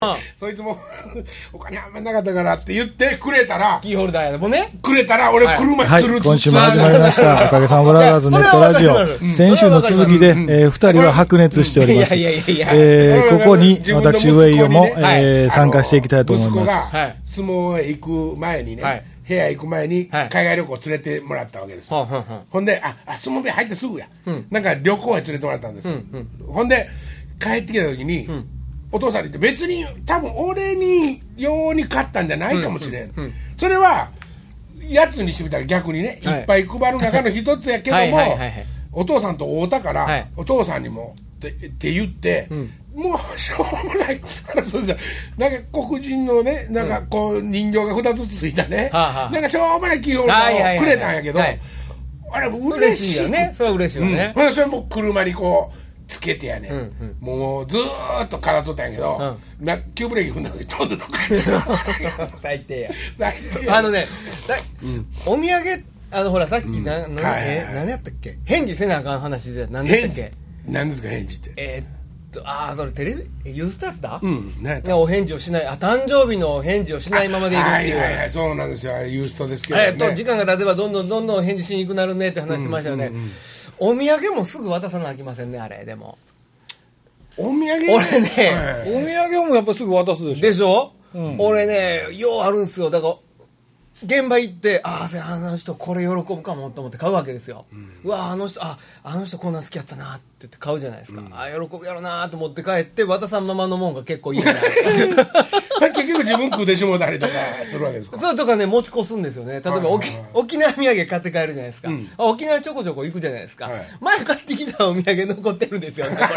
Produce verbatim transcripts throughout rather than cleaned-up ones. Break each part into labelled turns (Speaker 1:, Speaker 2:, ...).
Speaker 1: そいつもお金あんまりなかったからって言ってくれたら、
Speaker 2: キーホルダーやでもね、
Speaker 1: くれたら俺車
Speaker 3: はい、
Speaker 1: する、
Speaker 3: 今週も始まりましたおかげさまブラザーズネットラジオ。先週の続きで、えー、ふたりは白熱しております。
Speaker 2: いやいやいやいや、
Speaker 3: えー、ここに私上井も、えー、参加していきたいと思います。
Speaker 1: 息子が相撲へ行く前にね、はい、部屋行く前に海外旅行連れてもらったわけです、はい、ほんで、ああ相撲部屋入ってすぐや、うん、なんか旅行へ連れてもらったんです、うんうん、ほんで帰ってきた時に、うん、お父さんに言って別に多分俺に用に買ったんじゃないかもしれん、うんうんうん、それはやつにしてみたら逆にね、はい、いっぱい配る中の一つやけどもお父さんと会うたから、はい、お父さんにもってって言って、うん、もうしょうもない話で、なんか黒人のね、なんかこう人形がふたつついたね、うん、なんかしょうもないキーホルダーをくれたんやけど、はいはいはい、あれ嬉しいよね、
Speaker 2: それは嬉しいよね、
Speaker 1: うん、それも車にこうつけてやね、うんうん、もうずーっとからっとったんやけど、うん、な急ブレーキ踏んだのに飛んでとか
Speaker 2: 最低や最低やあのね、うん、お土産あのほらさっきな、うん、な、はいはい、え何やったっけ、返事せなあかん話で何でしたっけ、
Speaker 1: 何ですか返事って、
Speaker 2: えー、っとああそれテレビユースタやった、
Speaker 1: うん、何やった
Speaker 2: お返事をしない、あ誕生日の返事をしないままでいるっていう、
Speaker 1: はいはいはい、そうなんですよ、ユーストですけどね、
Speaker 2: えー、っと時間が経てばどんどんどんどん返事しにくくなるねって話しましたよね、うんうんうん、お土産もすぐ渡さなきゃいけませんね、あれでも
Speaker 1: お土産俺
Speaker 2: ね、はい、
Speaker 3: お土産もやっぱすぐ渡すでしょ
Speaker 2: でしょ、うん、俺ねようあるんですよ、だから現場行ってあああの人これ喜ぶかもと思って買うわけですよ、うん、うわあの人ああの人こんなん好きやったなって言って買うじゃないですか、うん、あ喜ぶやろなと思って帰って渡さんままのもんが結構いいな
Speaker 1: 結局自分食うてしもたりとかするわけですか。
Speaker 2: そうとかね持ち越すんですよね、例えば、はいはいはい、沖縄土産買って帰るじゃないですか、うん、沖縄ちょこちょこ行くじゃないですか、はい、前買ってきたお土産残ってるんですよねこれ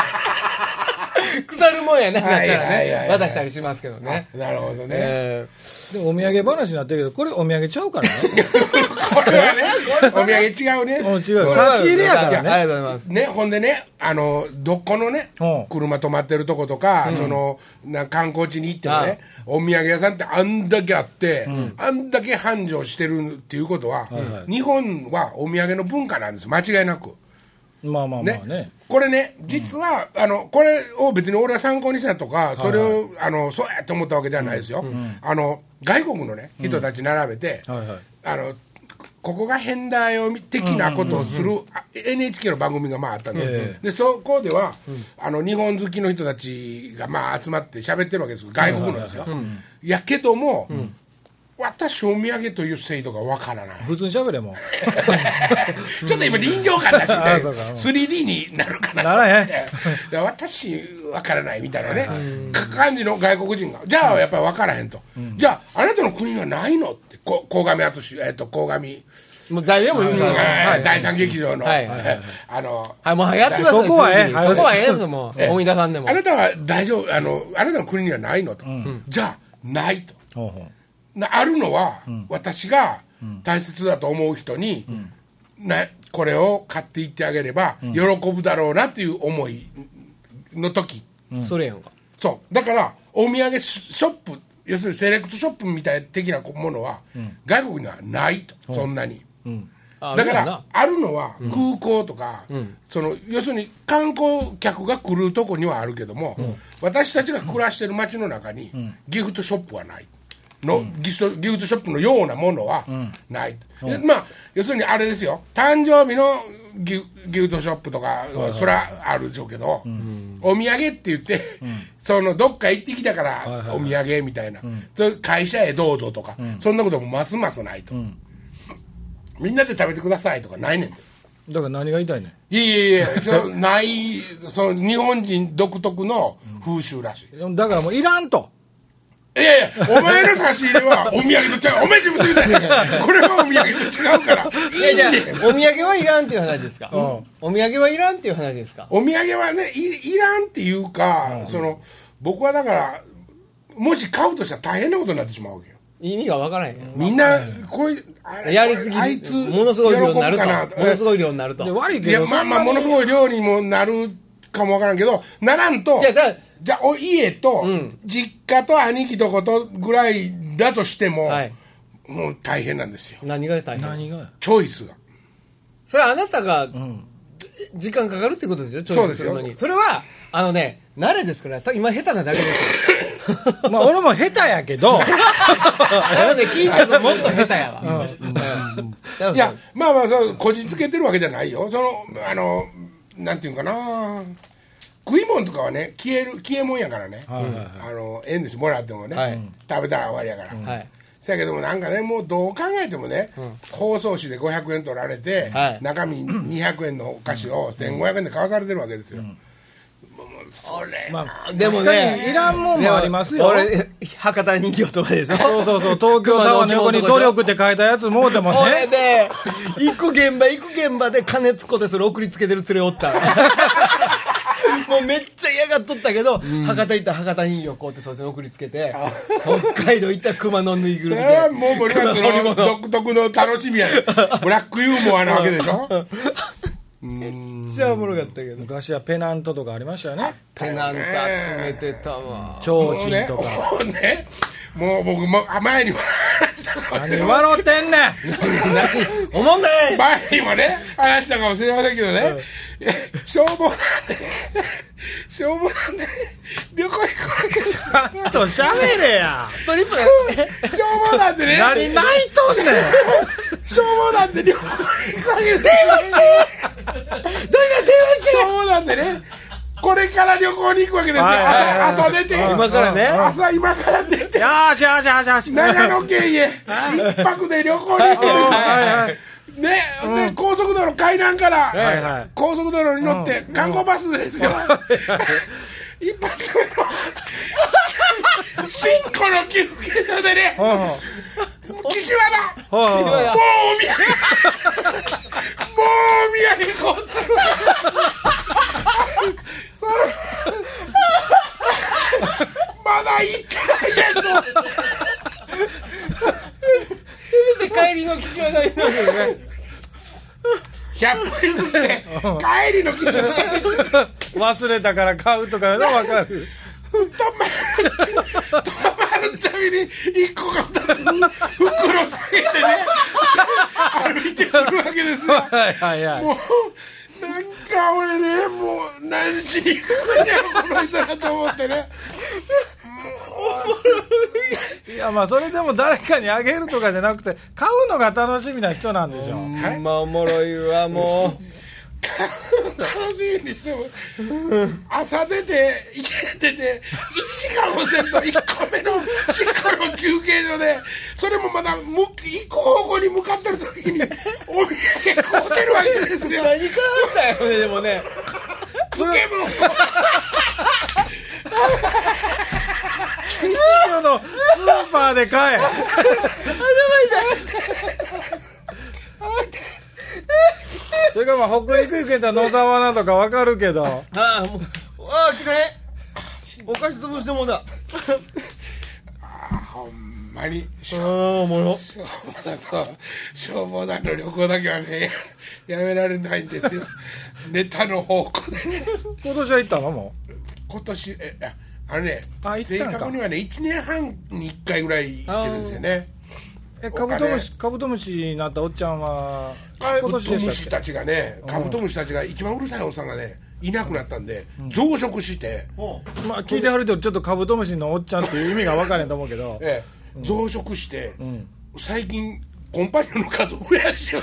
Speaker 2: 腐るもんやなかったらね、はいはいはいはい、渡したりしますけどね。
Speaker 1: なるほどね、
Speaker 3: えー、でもお土産話になってるけどこれお土産ちゃうからね
Speaker 1: これはねお土産違うね、
Speaker 3: もう違う差し入れやからね。
Speaker 2: ありがとうございます
Speaker 1: ね、ほんでね、あのどこのね、うん、車止まってるとことか、うん、そのな観光地に行ってもね、お土産屋さんってあんだけあって、うん、あんだけ繁盛してるっていうことは、はいはい、日本はお土産の文化なんです、間違いなく。
Speaker 3: まあまあまあね、ね
Speaker 1: これね実は、うん、あのこれを別に俺は参考にしたとかそれを、はいはい、あのそうやと思ったわけじゃないですよ、うんうん、あの外国のね人たち並べて、うんはいはい、あのここが変だよ的なことをする、うんうんうん、エヌエイチケー の番組がまああったんで、えー、でそこでは、うん、あの日本好きの人たちがまあ集まって喋ってるわけですよ、外国のですよ、はいはいはい、やけども、うん私お土産という制度がわからない。
Speaker 3: 普通に喋れも
Speaker 1: ちょっと今臨場感出して、ね、スリーディー になるかなと
Speaker 3: ならへん
Speaker 1: 私わからないみたいなね感じの外国人がじゃあやっぱりわからへんと、うん、じゃああなたの国にはないのって鴻上淳えっと鴻上
Speaker 2: もう誰でも言うから、
Speaker 1: はい、第三劇場の、はいはいはい、あの、
Speaker 2: はい、もうやってます
Speaker 3: そこはええ、
Speaker 2: そこはええぞもう、思い出さんでも。
Speaker 1: あなたは大丈夫、あの、あなたの国にはないのと、うん、じゃあないと。ほうほうなあるのは、うん、私が大切だと思う人に、うん、なこれを買っていってあげれば、うん、喜ぶだろうなっていう思いの時、
Speaker 2: うん、それやんか。
Speaker 1: そうだからお土産ショップ要するにセレクトショップみたい的なものは、うん、外国にはないと、うん、そんなに、うん、だからあるのは空港とか、うん、その要するに観光客が来るとこにはあるけども、うん、私たちが暮らしてる街の中に、うん、ギフトショップはないの、うん、ギフト、ギフトショップのようなものはない、うんうん、まあ要するにあれですよ、誕生日のギフ、ギフトショップとかはそれはあるでしょうけど、うん、お土産って言って、うん、そのどっか行ってきたからお土産みたいな、うん、会社へどうぞとか、うん、そんなこともますますないと、うん、みんなで食べてくださいとかないねんで。
Speaker 3: だから何が言いたいねん。
Speaker 1: いやいやいやそないその日本人独特の風習らしい、
Speaker 3: うん、だからもういらんと。
Speaker 1: いやいや、お前の差し入れはお土産と違う。お前自分で言うたんやからこれはお土産と違うからいいんで。いやいや
Speaker 2: お土産はいらんっていう話ですか、うん、お土産はいらんっていう話ですか。
Speaker 1: お土産はね い, いらんっていうか、うん、その僕はだからもし買うとしたら大変なことになってしまうわけよ。
Speaker 2: 意味がわからへんよ。
Speaker 1: みんなこういう
Speaker 2: やりすぎ
Speaker 1: あいつ
Speaker 2: ものすごい量になるとものすごい量になると
Speaker 1: 悪いけどいやまあまあものすごい量にもなるかもわからんけどならんとじゃあじゃあお家と、うん、実家と兄貴とことぐらいだとしても、はい、もう大変なんですよ。
Speaker 2: 何が大変？
Speaker 3: 何が？
Speaker 1: チョイスが。
Speaker 2: それはあなたが、うん、 時間かかるってことですよ、チョイスするのに。それはあのね、慣れですから、今下手なだけですよ。
Speaker 3: まあ俺も下手やけど、
Speaker 2: だからね、聞いてももっと下手やわ。
Speaker 1: うん、いや、まあまあそのこじつけてるわけじゃないよ。そのあのなんていうかな、食い物とかはね、消える消えもんやからね。はいはいはい、あのええんです、もらってもね、はい、食べたら終わりやから。はい、せやけどもなんかね、もうどう考えてもね、うん、包装紙でごひゃくえん取られて、はい、中身にひゃくえんのお菓子をせんごひゃくえんで買わされてるわけですよ。うん、それ、ま
Speaker 2: あ、でもね、
Speaker 3: いらんもんもありますよ。
Speaker 2: 俺博多人形とかでしょ。
Speaker 3: そうそうそう、東京タワーの横に努力って書いたやつもうでもね。
Speaker 2: 俺で行く現場行く現場で金つこてそれ送りつけてる連れおった。もうめっちゃ嫌がっとったけど、うん、博多行ったら博多人形こうやってそいつに送りつけて、北海道行ったら熊のぬいぐるみで、
Speaker 1: もう森松の独特の楽しみやね。ブラックユーモアなわけでしょ。
Speaker 2: めっちゃおもろかったけど、
Speaker 3: 昔はペナントとかありましたよね。
Speaker 2: ペナント集めてたわ。
Speaker 3: ちょうちんとか
Speaker 1: もうね、もうね、もう僕も前にも
Speaker 3: 何笑ってんねん。
Speaker 2: おもんね
Speaker 1: ん。前にもね話したかもしれませんけどね、うん、消防なんでね、消防なんでね、旅行行くわけじゃ
Speaker 3: ちゃんとしゃべれや。
Speaker 2: ストリップ
Speaker 1: 消防なんでね、
Speaker 3: 何泣いとんねん。
Speaker 1: 消防なんで旅行行くわけです。
Speaker 2: 電話してどういう電話して
Speaker 1: 消防なんでね、これから旅行に行くわけですよ。朝、朝出て、
Speaker 2: 今からね、
Speaker 1: 朝今から出て、
Speaker 3: よーしよしよしよし、
Speaker 1: 長野県へ一泊で旅行に行くんですよ。ね、で高速道路海南から高速道路に乗って観光バスですよ。一泊目の新湖の休憩所でね、岸和田、もうお土産、もうお土産買うたる。それまだ行ってないやんと。
Speaker 2: せめて帰りの岸和田に乗るよね。
Speaker 1: ひゃっぽん譲って帰りの岸和田
Speaker 3: 忘れたから買うとかの分かる。
Speaker 1: 止まる止まるたびに一個か二つ袋下げてね歩いてくるわけですよ。はいはいはい。もうなんか俺ね、もう何しに行くんやろこの人だと思ってね。
Speaker 3: いやまあそれでも誰かにあげるとかじゃなくて買うのが楽しみな人なんでしょ。
Speaker 2: はい、まあおもろいわもう。
Speaker 1: 楽しみにしても朝出て家出ていちじかんもせんといっこめの新湖の休憩所で、それもまだ行く方向に向かってる時にお土産買うてるわけですよ。
Speaker 2: 何買うんだよね。でもね
Speaker 1: 漬物
Speaker 3: 近所のスーパーで買え。それがまあ北陸行けたら野沢なとかわかるけど、あ
Speaker 2: あもうああ来たね、お菓子潰してもんだ。
Speaker 1: ああほんまに
Speaker 2: ああおもろ。
Speaker 1: 消防団の消防団の旅行だけはねやめられないんですよ。ネタの方向でね。
Speaker 3: 今年は行ったのもう
Speaker 1: 今年えあのね、正確にはねいちねんはんにいっかいぐらい行ってるんですよね。
Speaker 3: えカブトムシカブトムシになったおっちゃんは
Speaker 1: カブトムシたちがね、カブトムシたちが一番うるさいおっさんがねいなくなったんで、うん、増殖して、
Speaker 3: まあ聞いてはるとちょっとカブトムシのおっちゃんっていう意味が分からへんと思うけど、
Speaker 1: ええ、増殖して、うん、最近コンパニオンの数を増やしよう。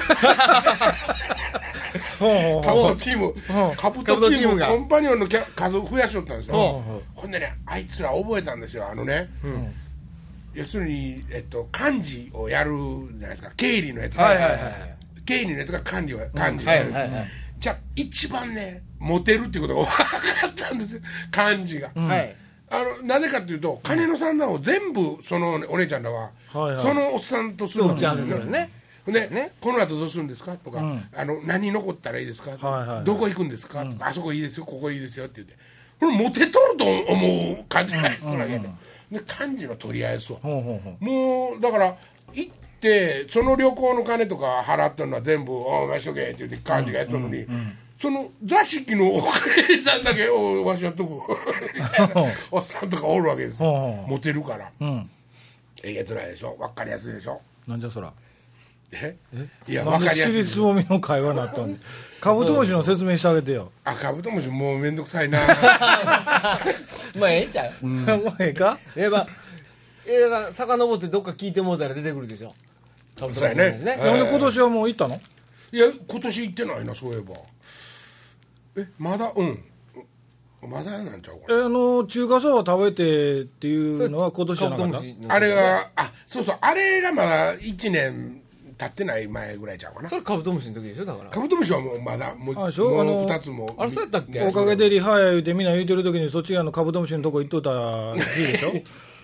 Speaker 1: カブトチームカブトチームコンパニオンの数を増やしよったんですよ。ほんでねあいつら覚えたんですよ。あのね、うん要するに、えっと、幹事をやるじゃないですか。経理のやつが、はいはいはい、経理のやつが管理を幹事をやる、うんはいはいはい、じゃあ一番ねモテるっていうことが分かったんですよ幹事が、うん、あのなぜかというと金の算段を全部そのお姉ちゃんらは、はいはい、そのおっさんとするんですよね。で、ね、この後どうするんですかとか、うん、あの何残ったらいいですか、はいはい、どこ行くんですか、うん、とかあそこいいですよここいいですよって言ってこれモテとると思う感じがするわけで、うんうんうんで幹事の取り合いですわ。ほうほうほうもうだから行ってその旅行の金とか払ってるのは全部お前しとけって言って幹事がやったのに、うんうんうん、その座敷のお金さんだけおわしやっとくおっさんとかおるわけですよ。モテるから、うん、えげつないでしょ分かりやすいでしょ。
Speaker 3: なんじゃそら
Speaker 1: えいや分かりやすい。
Speaker 3: 尻つぼみの会話になったんでカブトムシの説明してあげてよ。
Speaker 1: あカブトムシもうめんどくさいな
Speaker 2: まあええんちゃう、うん、
Speaker 3: もうええか
Speaker 2: えば映画遡ってどっか聞いてもうたら出てくるでしょ。カブトムシですね。
Speaker 3: なんで今年はもう行ったの？
Speaker 1: いや今年行ってないなそういえば。えまだうんまだなんちゃうかな。
Speaker 3: えあの中華そば食べてっていうのは今年じゃなかった？
Speaker 1: あれがあそうそうあれがまだいちねん経ってない前ぐらいちゃうかな。
Speaker 2: それカブトムシの時でしょ。だから
Speaker 1: カブトムシはもうまだもう
Speaker 3: あでしょあの
Speaker 1: ふたつも
Speaker 2: あれそうやったっけ。
Speaker 3: おかげでリハや言うてみんな言うてる時にそっち側のカブトムシのとこ行っとった日でしょ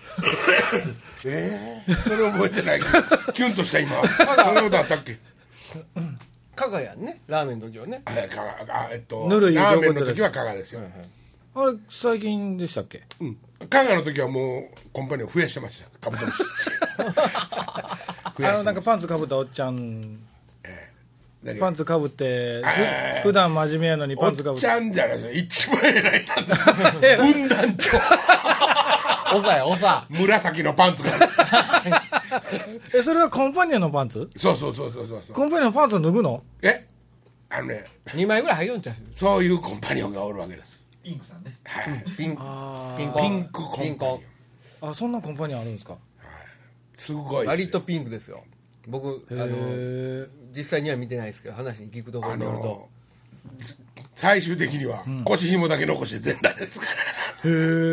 Speaker 1: えー、それ覚えてないけどキュンとした今そんなことあったっけ
Speaker 2: 加賀やんねラーメンの時はね。
Speaker 1: ああえっと
Speaker 3: ぬるい
Speaker 1: ラーメンの時は加賀ですよ、はい
Speaker 3: はい、あれ最近でしたっけ？
Speaker 1: うん加賀の時はもうコンパニオン増やしてましたカブトムシ
Speaker 3: あのなんかパンツかぶったおっちゃん、えー、パンツかぶって、えー、普段真面目やのにパンツかぶって
Speaker 1: おっちゃんじゃないですよ一番偉いさんです分団長
Speaker 2: おさやおさ
Speaker 1: 紫のパンツが
Speaker 3: えそれはコンパニオンのパンツ？
Speaker 1: そうそうそうそうそう
Speaker 3: コンパニオンのパンツを脱ぐの？
Speaker 1: えあのね
Speaker 2: にまいぐらい入るんちゃう。
Speaker 1: そういうコンパニオンがおるわけです。
Speaker 4: ピンクさんね、
Speaker 1: はい、
Speaker 2: ピン
Speaker 1: ピンピンクコンパニオン。
Speaker 3: あそんなコンパニオンあるんですか？はい、
Speaker 1: すごい
Speaker 2: 割とピンクですよ。僕あの実際には見てないですけど話に聞くところによると
Speaker 1: 最終的には腰紐だけ残して全裸ですから、
Speaker 3: うん、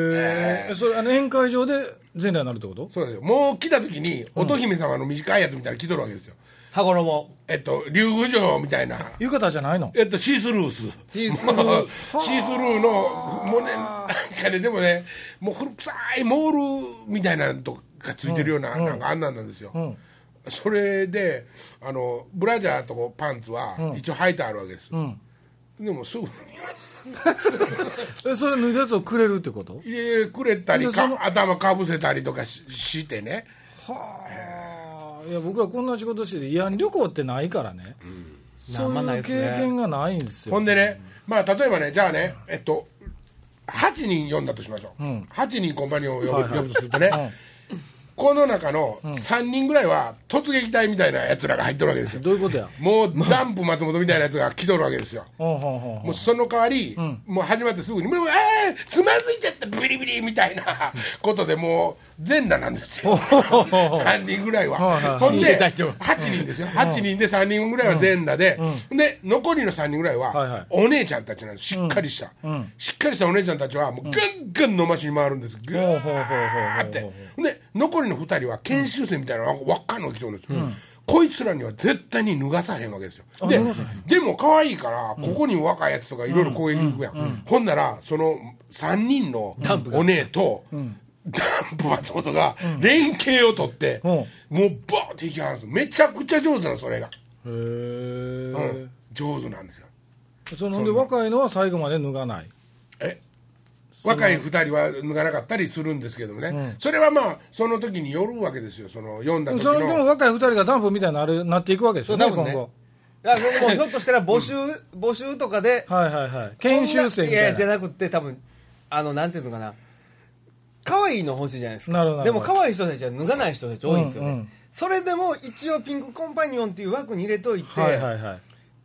Speaker 3: へえそれあの宴会場で全裸になるってこと？
Speaker 1: そうですよ。もう来た時に乙姫様の短いやつみたいなの着とるわけですよ。
Speaker 2: 羽衣
Speaker 1: えっと竜宮城みたいな
Speaker 3: 浴衣じゃないの？
Speaker 1: えっとシースルース
Speaker 2: シースルー
Speaker 1: シースルーのもうねなんかねでもねもう古臭いモールみたいなのとかついてるような、うん、なんかあんなんなんですよ、うん、それであのブラジャーとパンツは一応履いてあるわけです、うん、でもすぐ脱ぎます
Speaker 3: えそれ脱いだやつをくれるってこと？
Speaker 1: いやくれたりか頭かぶせたりとか し, してね
Speaker 3: はあいや僕らこんな仕事してて慰安旅行ってないからね、うん、そういう経験がないんですよ。
Speaker 1: ほんでねまあ例えばねじゃあねえっとはちにん呼んだとしましょう、うん、はちにんコンパニオンを呼ぶ、はいはい、呼ぶとするとね、うんこの中のさんにんぐらいは突撃隊みたいなやつらが入ってるわけですよ。
Speaker 3: どういうことや？
Speaker 1: もうダンプ松本みたいなやつが来とるわけですよ。もうその代わり、うん、もう始まってすぐにもうえーつまずいちゃったビリビリみたいなことでもう全裸なんですよさんにんぐらいはほんではちにんですよはちにんでさんにんぐらいは全裸で、うん、で残りのさんにんぐらいは、はいはい、お姉ちゃんたちなんです。しっかりした、うん、しっかりしたお姉ちゃんたちはもうガンガン飲ましに回るんです。ガーってで残りのふたりは研修生みたいなのが分かんの来てるんですよ、うん、こいつらには絶対に脱がさへんわけですよ。で, でも可愛いからここに若いやつとかいろいろ攻撃行くやん、うんうんうん、ほんならそのさんにんのお姉と、うんダンプ松本が連携を取って、うん、もうバーって引き離す。めちゃくちゃ上手なのそれが。へえ、うん、上手なんですよ。
Speaker 3: そので若いのは最後まで脱がない。
Speaker 1: え若いふたりは脱がなかったりするんですけどもね、うん、それはまあその時によるわけですよ。その読んだ時の
Speaker 3: それでも若いふたりがダンプみたいになるなっていくわけですよね今後。
Speaker 2: だから僕もひょっとしたら募集、うん、募集とかで
Speaker 3: はいはいはい研修生みたいな。いや
Speaker 2: じゃなくて多分あのなんていうのかな可愛いの欲しいじゃないですか。でも可愛い人たちは脱がない人たち多いんですよね、うんうん、それでも一応ピンクコンパニオンっていう枠に入れといて、はいはいはい、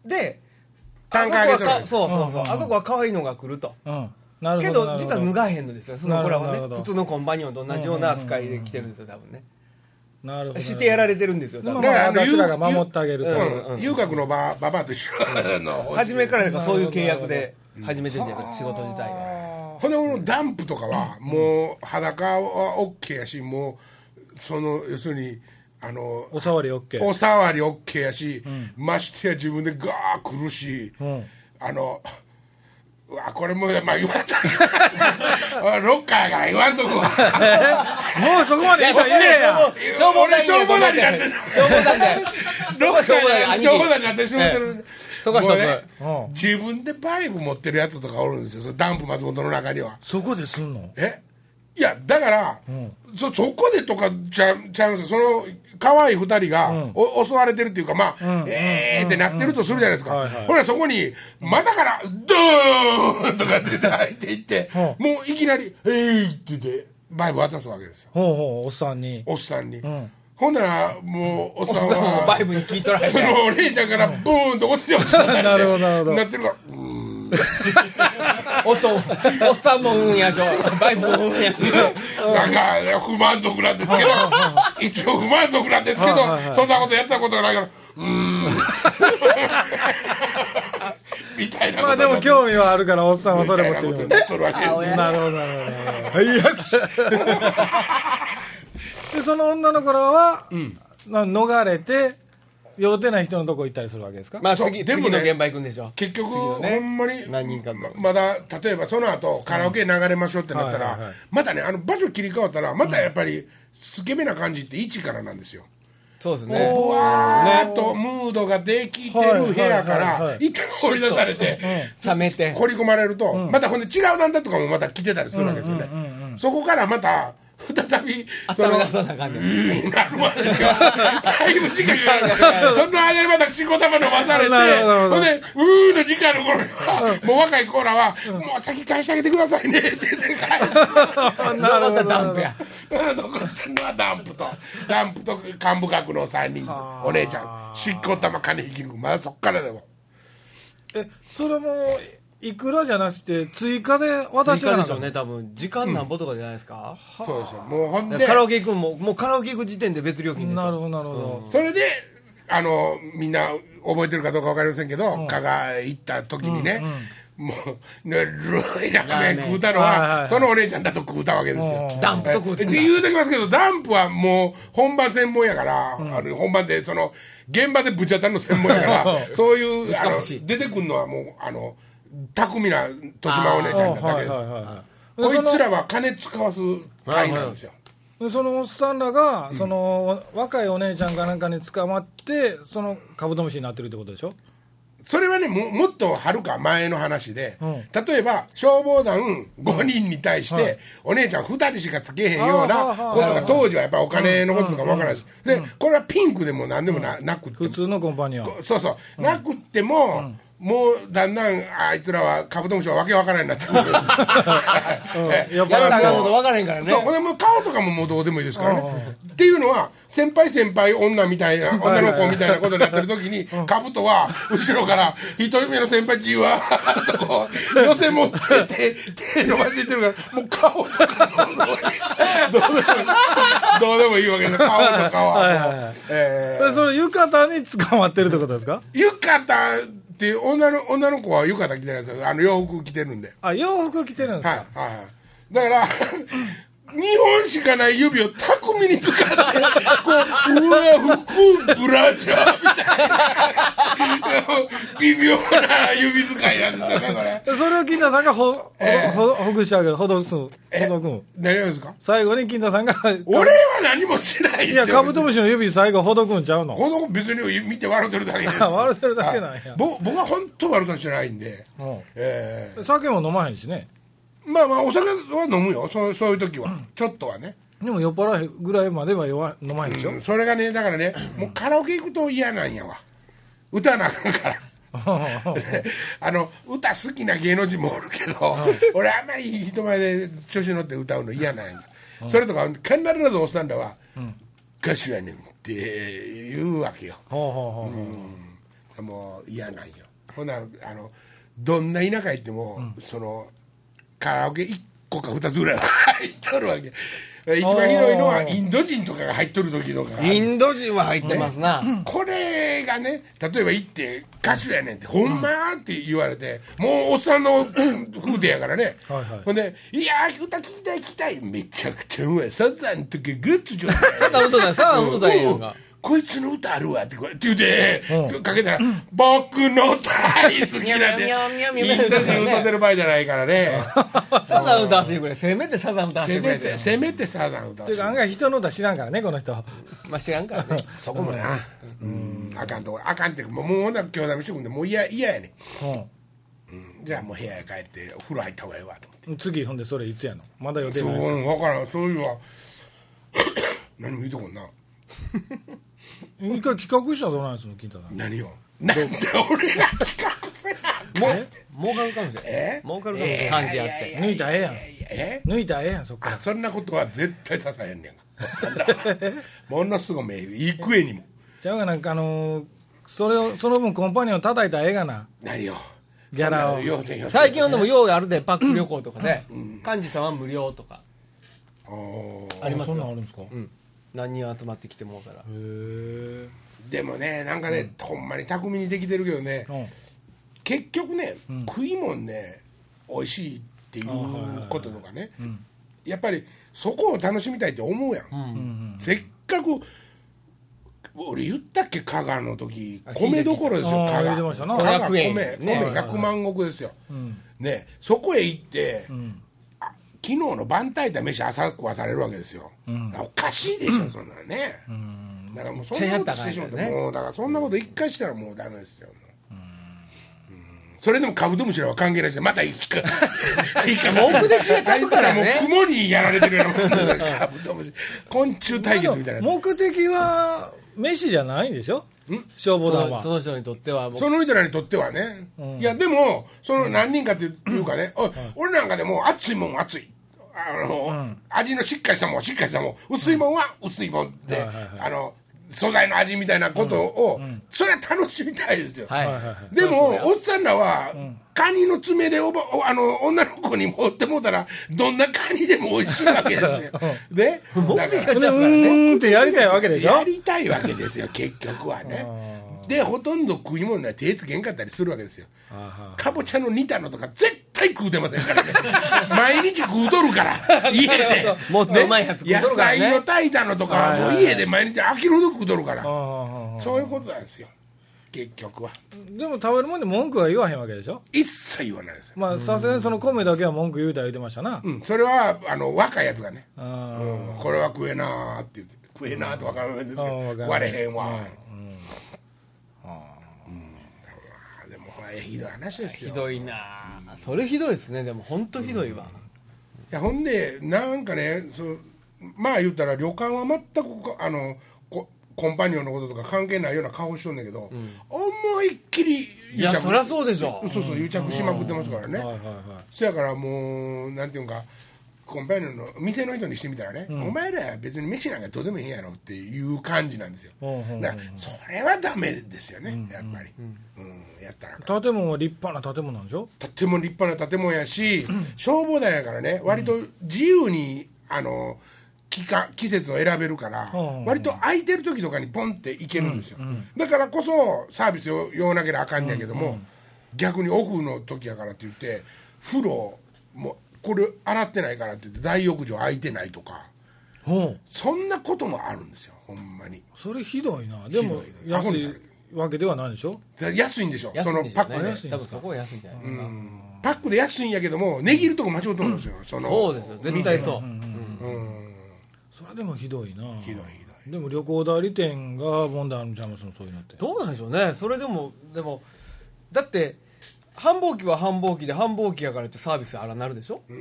Speaker 2: で
Speaker 1: 単価上げとる。
Speaker 2: そうそうそう、うんうんうん、あそこは可愛いのが来ると、うん、なるほどけど実は脱がへんのですよ。その子らはね普通のコンパニオンと同じような扱いで来てるんですよ多分ね。
Speaker 3: なるほど
Speaker 2: してやられてるんですよ。
Speaker 3: だから私らが守ってあげる
Speaker 1: と遊郭のバババと一緒
Speaker 2: 初めからそういう契約で始めてるんじゃないか仕事自体は。
Speaker 1: このダンプとかはもう裸は OK やしもうその要するにあの
Speaker 3: お触り OK
Speaker 1: お触り OK やし、うん、ましてや自分でガー来るし、うん、あのうわこれもまあ言わんとロッカーやから言わんとこも
Speaker 3: うそこまで言うたら言えや
Speaker 2: 消防団
Speaker 1: 消防団になってる
Speaker 2: 消防団で
Speaker 1: ロッカー消防団になってしまってる。
Speaker 2: そこは一つ、
Speaker 1: ね、自分でバイブ持ってるやつとかおるんですよ。そのダンプ松本の中には。
Speaker 3: そこですんの？
Speaker 1: えいやだから、うん、そ, そこでとかちゃちゃうんですよ。その可愛いふたりが、うん、お襲われてるっていうかまあ、うん、えーってなってるとするじゃないですか、うんうんうん、ほらそこにまたからドーンとかって入っていって、うん、もういきなり「えい!」って言ってバイブ渡すわけですよ。
Speaker 3: ほうほうおっさんに
Speaker 1: おっさんに、うん、 ほんならもうおっさんは
Speaker 2: バイブに聞いとられて
Speaker 1: そのお姉ちゃんからブーンと落ちて落ちて
Speaker 3: なるほどなるほど
Speaker 1: なってるからうーん
Speaker 2: 音おっさんもうんやしょバイブもうんやしょ
Speaker 1: なんか不満足なんですけど一応不満足なんですけどそんなことやったことがないからうーんみたいなこと
Speaker 3: まあでも興味はあるからおっさんはそれも
Speaker 1: みたいなことになっとるわけですよ
Speaker 3: なるほどなるほどはい拍手でその女の子らは、うん、逃れて酔うてない人のとこ行ったりするわけですか。
Speaker 2: まあ次、でもね、次の現場行くんでしょ。
Speaker 1: 結局、ね、ほんまに
Speaker 2: 何人か
Speaker 1: まだ例えばその後カラオケ流れましょうってなったら、うんはいはいはい、またねあの場所切り替わったらまたやっぱりスケベな感じって一からなんですよ。
Speaker 2: そうですね。
Speaker 1: ぶわーっとムードができてる部屋から一回掘り出されて
Speaker 2: 冷めて
Speaker 1: 掘り込まれると、うん、またほんで違うなんだとかもまた来てたりするわけですよね、うんうんうんうん、そこからまた再び
Speaker 2: その温めな感じに
Speaker 1: なるわけですよだいぶ時間がかかるその間にまたしこたま飲まされてほんでうーの時間の頃にはもう若いコーラは、うん、もう先返してあげてくださいねって言って返す
Speaker 2: 残ったダンプや
Speaker 1: 残ったのはダンプとダンプと幹部学のさんにんお姉ちゃんしっこたま金引き抜くまだそっからでも
Speaker 3: えそれもいくらじゃなくて追加で渡して
Speaker 2: るんでしょうね多分時間なんぼとかじゃないですか、
Speaker 1: うん、そうですよもうほんで
Speaker 2: カラオケ行くももうカラオケ行く時点で別料金でしょ。
Speaker 3: なるほどなるほど、
Speaker 1: うん、それであのみんな覚えてるかどうか分かりませんけど、うん、加賀行った時にね、うんうん、もうぬるいラーメン食うたのは、はいはいはい、そのお姉ちゃんだと食うたわけですよ。
Speaker 2: ダンプと食うたんだ
Speaker 1: 言うときますけどダンプはもう本番専門やから、うん、あの本番でその現場でぶち当たるの専門やからそういうあの出てくるのはもうあの巧みな年島お姉ちゃんだったけどこいつらは金使わす隊なんですよ。
Speaker 3: そのおっさんらが、うん、その若いお姉ちゃんかなんかに捕まってそのカブトムシになってるってことでしょ。
Speaker 1: それはね も, もっとはるか前の話で、うん、例えば消防団ごにんに対して、うん、お姉ちゃんふたりしかつけへんようなことが当時はやっぱお金のこととかも分からないし、うんうん、でこれはピンクでも何でも な,、うん、なくって
Speaker 3: 普通のコンパニオン
Speaker 1: そうそう、うん、なくっても、うんもうだんだんあいつらはカブトムシはわけわからんようになってくる
Speaker 2: やったらあかんことわからへんからね。
Speaker 1: そうでも顔とかももうどうでもいいですからねっていうのは先輩先輩女みたいな女の子みたいなことになってる時にカブトは後ろから一人目の先輩じわーっとこう寄せ持って手手伸ばしてるからもう顔とかどうでもいいどうでもいいわけです顔とかは、はいはいはい
Speaker 3: えー、それ浴衣に捕まってるってことですか。
Speaker 1: 浴衣で女の女の子は浴衣着てないですよ。あの洋服着てるんで。
Speaker 3: あ洋服着てるんですか。
Speaker 1: はいはいはい。だからにほんしかない指を巧みに使ってこううわ服ブラジャーみたいな微妙な指使いなんですよねこれ。
Speaker 3: それを金田さんがほ、えー、ほほぐしてあげるほどすほどくん。
Speaker 1: 何がですか。
Speaker 3: 最後に金田さんが
Speaker 1: 俺は何もしないですよ。
Speaker 3: いやカブトムシの指最後ほどくんちゃうの。
Speaker 1: ほどくん別に見て笑ってるだけです
Speaker 3: 笑ってるだけなんや。
Speaker 1: ぼ僕は本当悪さしてないんで、
Speaker 3: うんえー、酒も飲まへんしね。
Speaker 1: まあまあお酒は飲むよ そ, そういう時は、うん、ちょっとはね。
Speaker 3: でも酔っ払いぐらいまでは弱飲まへんでしょ、
Speaker 1: うん、それがねだからねもうカラオケ行くと嫌なんやわ歌なあかんからあの歌好きな芸能人もおるけど俺あんまり人前で調子乗って歌うの嫌なんやそれとか必ずおっさんらは、うん、歌手やねんって言うわけよ。うん、もう嫌なんよ。ほなあのどんな田舎行っても、うん、そのカラオケいっこかふたつぐらいは入っとるわけ。一番ひどいのはインド人とかが入っとる時とか。
Speaker 2: インド人は入ってますな、
Speaker 1: ね、これがね例えば行って歌手やねんってほんまって言われてもうおっさんの風でやからねはい、はい、ほんでいや歌聞きたい聞きたいめちゃくちゃうまいサザンとかグッズじゃん
Speaker 2: サザン歌だよサザン歌だよ
Speaker 1: こいつの歌あるわってこうやって言うて、うん、かけたら、うん、僕の大好きなんでみんなで歌ってる場合じゃないからね
Speaker 2: サザン歌わせてくれせめてサザン歌わせてくれて
Speaker 1: せめてサザン歌わせてくれ
Speaker 3: ていうか案外人の歌知らんからねこの人
Speaker 2: まあ知らんからね
Speaker 1: そこもなうん、うん、あかんとこあかんっていうかもうもうほんなら今日だめしてくんでもう嫌やね、うんうん、じゃあもう部屋へ帰ってお風呂入った方がいいわと思って
Speaker 3: 次ほんでそれいつやのまだ予定ないですか。
Speaker 1: そう分からんそういうのは何も言うとこんな
Speaker 3: 一回企画したらどうなんですの金太さん。
Speaker 1: 何をなんで俺が企画せな
Speaker 2: もう儲かるかもしれない儲かるかもしれない感じやって
Speaker 3: 抜いたらええやん。
Speaker 1: いやいやえ
Speaker 3: 抜いたらええやんそっから
Speaker 1: あそんなことは絶対ささへんねんかそんなものすごい名幾重にも
Speaker 3: ちゃうがなんかあのー、それをその分コンパニオン叩いたらええがな
Speaker 1: 何よ
Speaker 3: ギャラを
Speaker 2: 最近はでもようあるでパック旅行とかで、うん、幹事さんは無料とかありますよ。
Speaker 3: そんなんあるんですか、
Speaker 2: うん、何人集まってきてもうからへ
Speaker 1: えでもねなんかね、うん、ほんまに巧みにできてるけどね、うん、結局ね、うん、食いもんね美味しいっていうこととかね、やっぱりそこを楽しみたいって思うやん、うん、せっかく俺言ったっけ香川の時米どころですよ香川香川米米ひゃくまん石ですよ、うん、ねそこへ行って、うん、昨日の晩炊いた飯朝食わされるわけですよ、うん、おかしいでしょ、うん、そんなのね、うん、だからもうそんなことしてしまって、ね、もうだからそんなこと一回したらもうダメですよ、うんうん、それでもカブトムシらは関係ないですよまた一回
Speaker 2: 目的がちゃうからね
Speaker 1: もう雲にやられてるようなもんだカブトムシ昆虫対決みたいな
Speaker 3: 目的は飯じゃないんでしょ消防団は
Speaker 2: そ, その人にとっては
Speaker 1: その人らにとってはね、うん、いやでもその何人かっていうかね、うん、俺なんかでも熱いもん熱いあの、うん、味のしっかりしたもんしっかりしたもん薄いもんは薄いもんで、うん、あの素材の味みたいなことを、うんうん、それは楽しみたいですよ、はいはいはい、でもおっさんらは、うん、カニの爪でおばあの女の子に持ってもうたらどんなカニでも美味しいわけですよで
Speaker 3: だからうーんってやりたいわけでしょ
Speaker 1: やりたいわけですよ結局はねでほとんど食い物には手つけんかったりするわけですよかぼちゃの煮たのとか絶対食うてませんからね毎日食うとるから家で
Speaker 2: もっとうまいやつ食うとるからね
Speaker 1: 野菜の炊いたのとかはもう家で毎日飽きるほど食うとるからそういうことなんですよ結局は
Speaker 3: でも食べるもんで文句は言わへんわけでしょ
Speaker 1: 一切言わないですよ
Speaker 3: まあさすがにその米だけは文句言うたら言うてましたな、
Speaker 1: うん、それはあの若いやつがね、うん、これは食えなーって言って食えなーって分からないですけど食われへんわ、うんうんでもひどい話ですよ
Speaker 2: ひどいな、うん、それひどいですねでも本当ひどいわ、うん、い
Speaker 1: やほんでなんかねそまあ言ったら旅館は全くあのこコンパニオンのこととか関係ないような顔しとんだけど、うん、思いっきり
Speaker 2: いやそりゃそうでしょ
Speaker 1: そうそう癒着しまくってますからね、うんはいはいはい、そやからもうなんていうかコンパニオンの店の人にしてみたらね、うん、お前ら別に飯なんかどうでもいいやろっていう感じなんですよ、うんうんうん、だからそれはダメですよね、うんうん、やっぱり、うんうん、やったら
Speaker 3: 建物は立派な建物なんでしょ
Speaker 1: とても立派な建物やし、うん、消防団やからね割と自由にあの期間季節を選べるから、うん、割と空いてる時とかにポンって行けるんですよ、うんうん、だからこそサービスを用なければあかんねやけども、うんうん、逆にオフの時やからって言って風呂もこれ洗ってないからって言って大浴場空いてないとか、うん、そんなこともあるんですよほんまに
Speaker 3: それひどいなでも安いわけではないでしょ
Speaker 1: 安いんでしょそのパックで
Speaker 2: 多分そこは安いんじゃないですか、うん、
Speaker 1: パックで安いんやけども値切るとこ間違ってるんですよ、うん、その
Speaker 2: そうですよ絶対そう、うん
Speaker 3: うんうんそれでもひどいな
Speaker 1: ひどいひどい
Speaker 3: でも旅行代理店が問題あるんちゃいますのそういうのって
Speaker 2: どうなんでしょうねそれでもでもだって繁忙期は繁忙期で繁忙期やからってサービスあらなるでしょ、うん、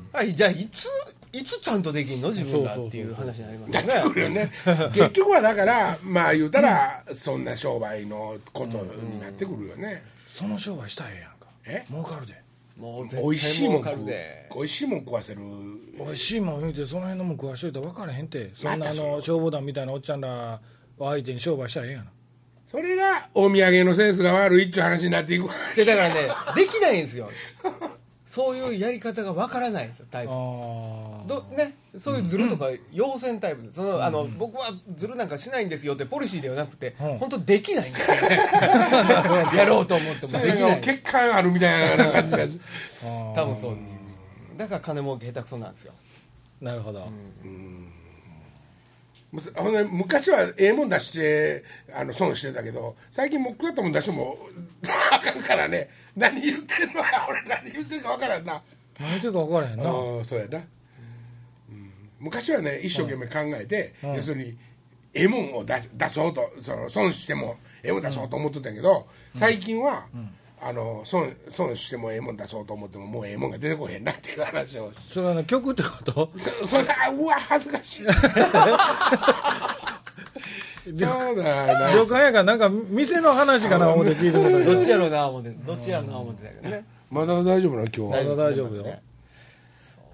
Speaker 2: はい、じゃあいついつちゃんとできんの自分らっていう話になりますよね
Speaker 1: なってくるよね結局はだからまあ言うたら、うん、そんな商売のことになってくるよね、うんうん、
Speaker 3: その商売したらええやんかえ儲かるで
Speaker 1: もう絶対美味しいもん食う美味しいもん食わせる
Speaker 3: 美味しいもん言うてその辺のもん食わしといたら分からへんてそんなあの消防団みたいなおっちゃんらを相手に商売したらええやん
Speaker 1: それがお土産のセンスが悪いっていう話になっていくだ
Speaker 2: からねできないんですよそういうやり方がわからないんですよタイプど、ね、そういうズルとか要線タイプでその、うん、あの僕はズルなんかしないんですよってポリシーではなくて、うん、本当できないんですよねやろうと思ってもできない
Speaker 1: 欠陥あるみたいな感じで
Speaker 2: 多分そうですだから金儲け下手くそなんですよ
Speaker 3: なるほど、
Speaker 1: うんうんほんで昔はええもん出してあの損してたけど最近もう食ったもん出してもあかんからね何言ってんのか俺何言ってんか分からんな
Speaker 3: 何言ってんか分からへんな
Speaker 1: あそうやな、うん、昔はね一生懸命考えて、うん、要するにええもんを出出そうとその損してもええもん出そうと思ってたんやけど、うん、最近は、うんあの 損, 損してもええもん出そうと思ってももうええもんが出てこへんなっていう話を
Speaker 3: それはね曲ってこと
Speaker 1: そ, それはうわ恥ずかしい
Speaker 3: 旅館やからなんか店の話かな思って聞いてもら
Speaker 2: どっちやろうな思ってどっちやろうな思ってたけどね
Speaker 1: まだ大丈夫な今日は
Speaker 3: まだ大丈夫よ、ね、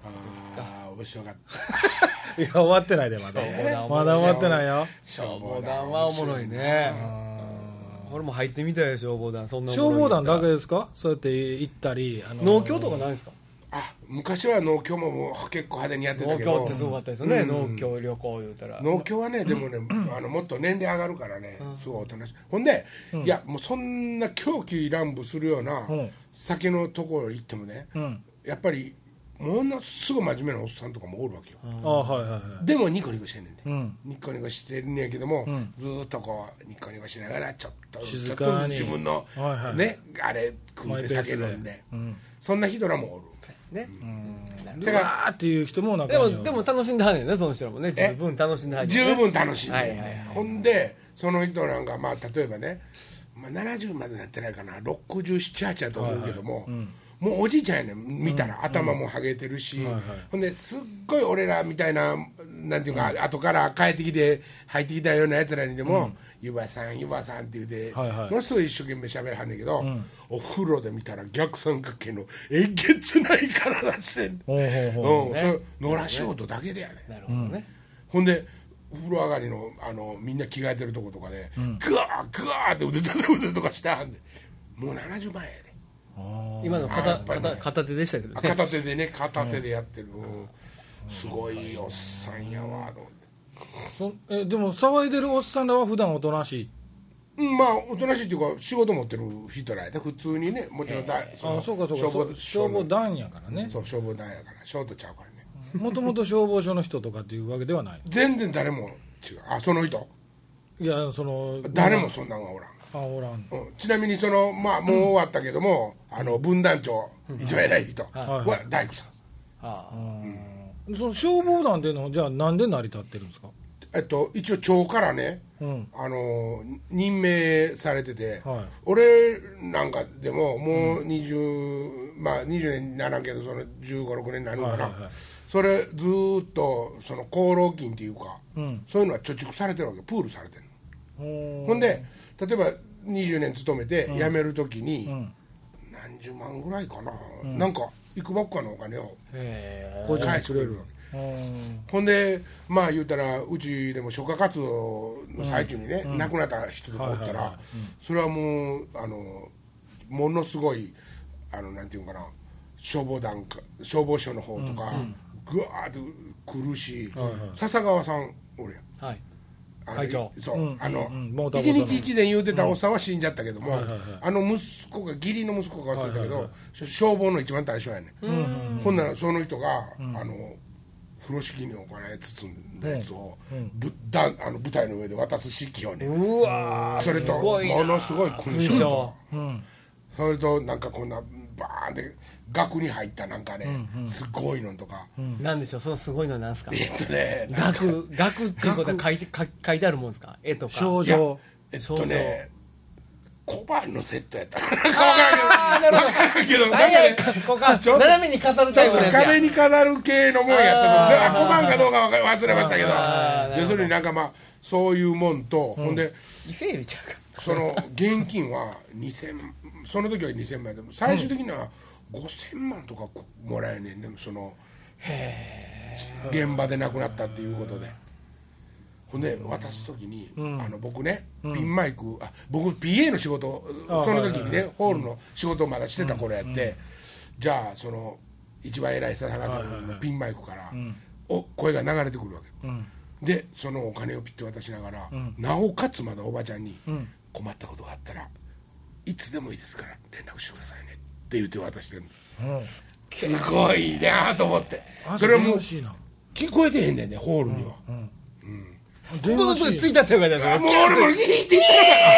Speaker 1: ああ面白かった
Speaker 3: いや終わってないでまだ、えー、まだ終わってないよ。
Speaker 2: 消防団はおもろいね。俺も入ってみたいよ消防団。そんな
Speaker 3: 消防団だけですか？そうやって行ったり、
Speaker 2: あのー、農協とかないですか？
Speaker 1: あ昔は農協ももう結構派手にやってたけど、
Speaker 2: 農協ってすごかったですよね、うん、農協旅行言うたら。
Speaker 1: 農協はねでもね、うん、あのもっと年齢上がるからね、うん、すごいおとなしい。ほんで、うん、いやもうそんな狂気乱舞するような酒のところ行ってもね、うん、やっぱりものすごい真面目なおっさんとかもおるわけよ、
Speaker 3: あ、はいはいはい、
Speaker 1: でもニコニコしてんねんね、うん、ニコニコしてるんやけども、うん、ずっとこうニコニコしながらちょっとちょっとずつ自分の、はいはい、ねあれ食うて酒飲んで、うん、そんな人らもおるね、
Speaker 3: うん、だからーっていう人もなんか
Speaker 2: でもでも楽しんではんねんね、その人らもね。十分楽しんではんねんね。
Speaker 1: 十分楽しんで、はいはいはい、ほんでその人なんかまあ例えばね、まあ、ななじゅうまでなってないかな、ろくじゅうなな、はちやと思うけども、はいはい、うん、もうおじいちゃんやねん見たら、うん、頭もハゲてるし、うん、はいはい、ほんですっごい俺らみたいななんていうか、うん、後から帰ってきて入ってきたようなやつらにでも、うん、ゆばさんゆばさんって言うて、はいはい、ものすごい一生懸命喋らはんねんけど、うん、お風呂で見たら逆三角形のえげつない体してん、ほうほうほう、うん、それ野良仕事だけでやねん。なるほどね。ほんで風呂上がり の, あのみんな着替えてるとことかで、うん、グワーグワーって腕立て腕とかしてはんで、もうななじゅうまんやで。
Speaker 2: 今の 片, 片, 片手でしたけど
Speaker 1: ね。片手でね片手でやってる、うん、すごいおっさんやわと
Speaker 3: 思って。そえでも騒いでるおっさんらは普段おとなしい。
Speaker 1: まあおとなしいっていうか仕事持ってる人らやで普通にね、もちろんだ、
Speaker 3: えー、そあそうかそうか消防、消防団やからね。
Speaker 1: そう消防団やからショートちゃうからね。
Speaker 3: もともと消防署の人とかっていうわけではない。
Speaker 1: 全然誰も違う。あその人
Speaker 3: いやその
Speaker 1: 誰もそんなんはおらん。
Speaker 3: あおらん、
Speaker 1: うん、ちなみにそのまあもう終わったけども、うん、あの分団長、うん、一番偉い人は大工さん、ああ、
Speaker 3: うん、その消防団っていうのはじゃあなんで成り立ってるんですか？
Speaker 1: えっと、一応町からね、うん、あの任命されてて、はい、俺なんかでももうにじゅう、うん、まあにじゅうねんにならんけどそのじゅうご、ろくねんになるのかな、はいはいはい、それずっとその功労金っていうか、うん、そういうのは貯蓄されてるわけ、プールされてるの。ほんで例えばにじゅうねん勤めて辞めるときに、うん、何十万ぐらいかな、うん、なんかいくばっかのお金を返してくれるわけ。ほんでまあ言うたらうちでも消火活動の最中にね、うん、亡くなった人とかおったら、それはもうあのものすごいあのなんていうかな、消防団か消防署の方とか、うん、ぐわーって来るし、はいはい、笹川さん俺や、はい、
Speaker 2: 会長、
Speaker 1: そう、うん、あの、うんうん、一日一年言うてたおっさんは死んじゃったけども、うんはいはいはい、あの息子が義理の息子が忘れたけど、はいはいはい、消防の一番大将やね、うん、ほんならその人が、うん、あの風呂敷にお金包んだやつを、うん、ぶだあの舞台の上で渡す式をね、うわそれとものすごい勲章と、うん、それとなんかこんなバーンで額に入ったなんかね、うんうん、すごいのとか、
Speaker 2: うん、なんでしょう、そのすごいのなんですか？
Speaker 1: えっとね
Speaker 2: 額額っていうことは書いて書いてあるもんですか？絵とか
Speaker 3: 賞状、
Speaker 1: えっとね小判のセットやったかな、分からんけど、なんかね
Speaker 2: 斜めに飾るタイプですか？
Speaker 1: 壁に飾る系のもんやったと思う。小判かどうか忘れましたけど、要するになんかまあそういうもんと、うん、ほんで
Speaker 2: 伊勢海老ちゃうか、
Speaker 1: その現金はにせんその時はにせんまんでも最終的にはごせんまんとかもらえねん。でもその現場で亡くなったっていうことで、ほんで渡す時に、うん、あの僕ね、うん、ピンマイク、あ僕 ピーエー の仕事その時にね、はいはいはい、ホールの仕事をまだしてた頃やって、うん、じゃあその一番偉い笹川さんのピンマイクから、はいはいはい、お声が流れてくるわけ、うん、でそのお金をピッて渡しながら、うん、なおかつまだおばちゃんに、うん、困ったことがあったらいつでもいいですから連絡してくださいねって言って渡してるの、うん、すごいなと思って。それはもう聞こえてへんねんねホールには、うんうん
Speaker 2: 電話しついたって言われたら
Speaker 1: もう俺も聞いて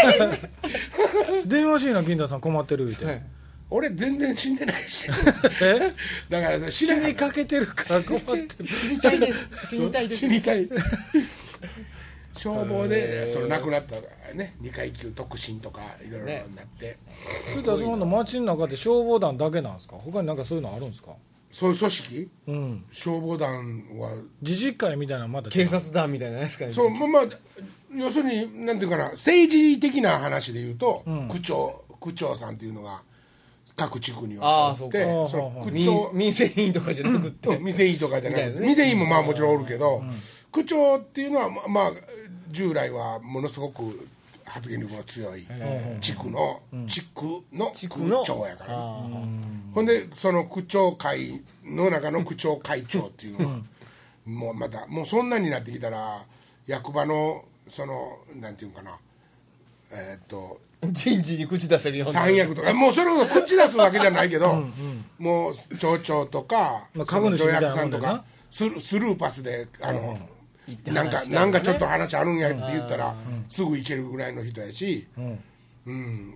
Speaker 3: 電話しいな金田さん困ってるって、はい、
Speaker 1: 俺全然死んでないしえだからさ
Speaker 3: 死にかけてるから困ってる
Speaker 2: 死にたいです死にたいです
Speaker 1: 死にたい消防でその亡くなったねにかい級特進とかいろいろなって、ね、
Speaker 3: それではその街の中で消防団だけなんですか？他になんかそういうのあるんですか？
Speaker 1: そういう組織、うん、消防団は
Speaker 3: 自治会みたいなのまだ
Speaker 2: 警察団みたいなですかね。
Speaker 1: そう、まあ、要するになんていうかな、政治的な話で言うと、うん、区長区長さんっていうのが各地区に
Speaker 2: あー
Speaker 1: おって
Speaker 2: そうか
Speaker 1: その区
Speaker 2: 民
Speaker 1: 長
Speaker 2: 民生委員とかじゃなくて、
Speaker 1: うん店員とかじゃなくて、
Speaker 2: みたいなね
Speaker 1: 店員もまあもちろんおるけど、区長っていうのはままあ従来はものすごく発言力の強い地区の地区の区長やからね、ほんでその区長会の中の区長会長っていうのはもうまたもうそんなになってきたら役場のそのなんていうかなえーっと
Speaker 2: 人事に口出せるような
Speaker 1: 三役とかもうそれほど口出すわけじゃないけどうん、もう町長とか、
Speaker 3: まあ、株主みたいなもんだよな
Speaker 1: その助役さんとかスルスルーパスであの、
Speaker 2: うん、
Speaker 1: なんかなんかちょっと話あるんやって言ったらすぐ行けるぐらいの人やし、
Speaker 3: うん
Speaker 1: うん、